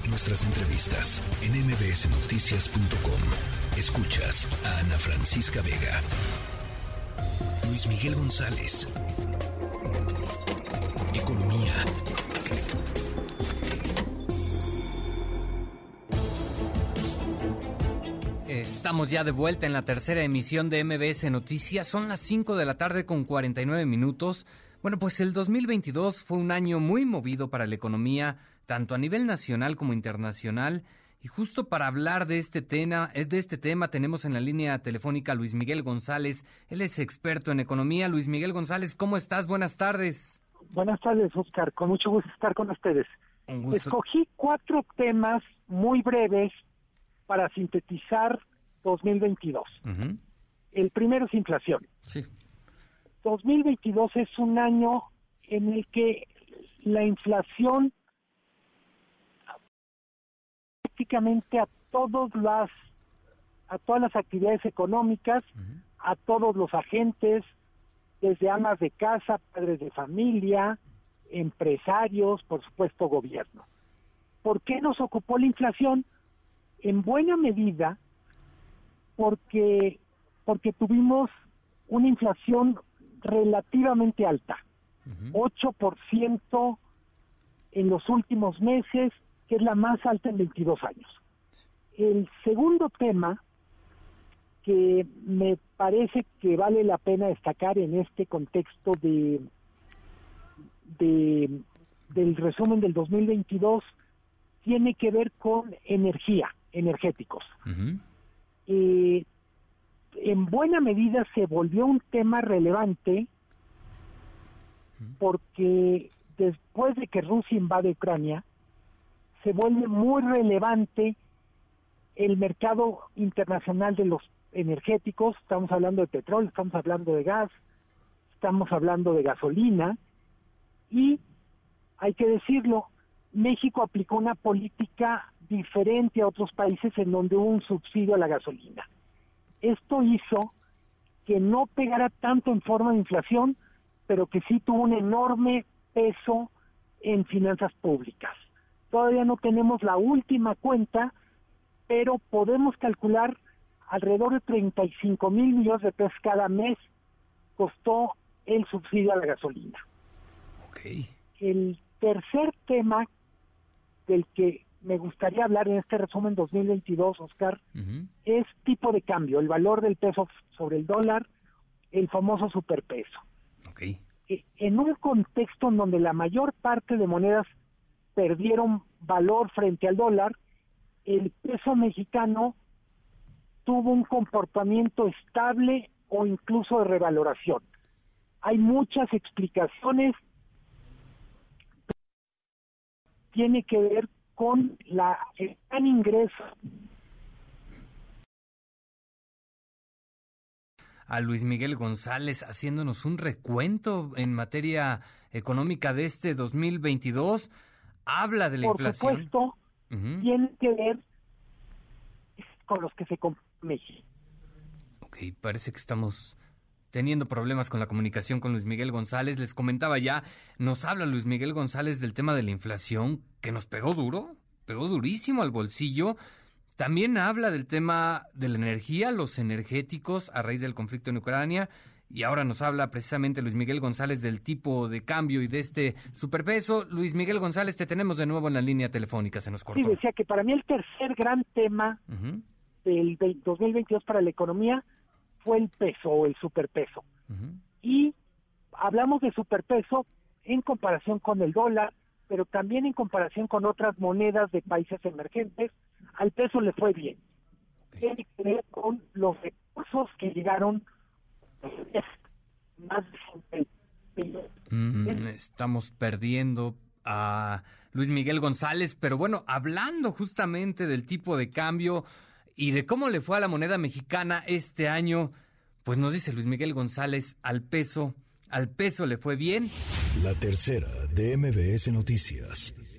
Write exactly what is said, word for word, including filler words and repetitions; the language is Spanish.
Nuestras entrevistas en eme be ese noticias punto com. Escuchas a Ana Francisca Vega. Luis Miguel González. Economía. Estamos ya de vuelta en la tercera emisión de eme be ese Noticias. Son las cinco de la tarde con cuarenta y nueve minutos. Bueno, pues el dos mil veintidós fue un año muy movido para la economía, tanto a nivel nacional como internacional. Y justo para hablar de este tema, de este tema tenemos en la línea telefónica a Luis Miguel González. Él es experto en economía. Luis Miguel González, ¿cómo estás? Buenas tardes. Buenas tardes, Oscar. Con mucho gusto estar con ustedes. Un gusto. Escogí cuatro temas muy breves para sintetizar dos mil veintidós. Uh-huh. El primero es inflación. Sí. dos mil veintidós es un año en el que la inflación prácticamente a todas las a todas las actividades económicas, uh-huh. a todos los agentes, desde amas de casa, padres de familia, empresarios, por supuesto gobierno. ¿Por qué nos ocupó la inflación? En buena medida porque porque tuvimos una inflación relativamente alta, uh-huh. ocho por ciento en los últimos meses, que es la más alta en veintidós años. El segundo tema que me parece que vale la pena destacar en este contexto de, de del resumen del dos mil veintidós tiene que ver con energía, energéticos. Uh-huh. Eh, en buena medida se volvió un tema relevante porque después de que Rusia invade Ucrania, se vuelve muy relevante el mercado internacional de los energéticos. Estamos hablando de petróleo, estamos hablando de gas, estamos hablando de gasolina, y hay que decirlo, México aplicó una política diferente a otros países en donde hubo un subsidio a la gasolina. Esto hizo que no pegara tanto en forma de inflación, pero que sí tuvo un enorme peso en finanzas públicas. Todavía no tenemos la última cuenta, pero podemos calcular alrededor de treinta y cinco mil millones de pesos cada mes costó el subsidio a la gasolina. Okay. El tercer tema del que me gustaría hablar en este resumen dos mil veintidós, Oscar, uh-huh. es tipo de cambio, el valor del peso sobre el dólar, el famoso superpeso. Okay. En un contexto en donde la mayor parte de monedas perdieron valor frente al dólar, el peso mexicano tuvo un comportamiento estable o incluso de revaloración. Hay muchas explicaciones. Tiene que ver con la, el gran ingreso. A Luis Miguel González haciéndonos un recuento en materia económica de este dos mil veintidós. Habla de la Por inflación. Por supuesto, uh-huh. tiene que ver con los que se compra México. Ok, parece que estamos teniendo problemas con la comunicación con Luis Miguel González. Les comentaba ya, nos habla Luis Miguel González del tema de la inflación, que nos pegó duro, pegó durísimo al bolsillo. También habla del tema de la energía, los energéticos a raíz del conflicto en Ucrania. Y ahora nos habla precisamente Luis Miguel González del tipo de cambio y de este superpeso. Luis Miguel González, te tenemos de nuevo en la línea telefónica, se nos cortó. Sí, decía que para mí el tercer gran tema uh-huh. del dos mil veintidós para la economía fue el peso o el superpeso. Uh-huh. Y hablamos de superpeso en comparación con el dólar, pero también en comparación con otras monedas de países emergentes. Al peso le fue bien. Okay. Tiene que ver con los recursos que llegaron más de mm, estamos perdiendo a Luis Miguel González, pero bueno, hablando justamente del tipo de cambio y de cómo le fue a la moneda mexicana este año, pues nos dice Luis Miguel González, al peso, al peso le fue bien. La tercera de eme be ese Noticias.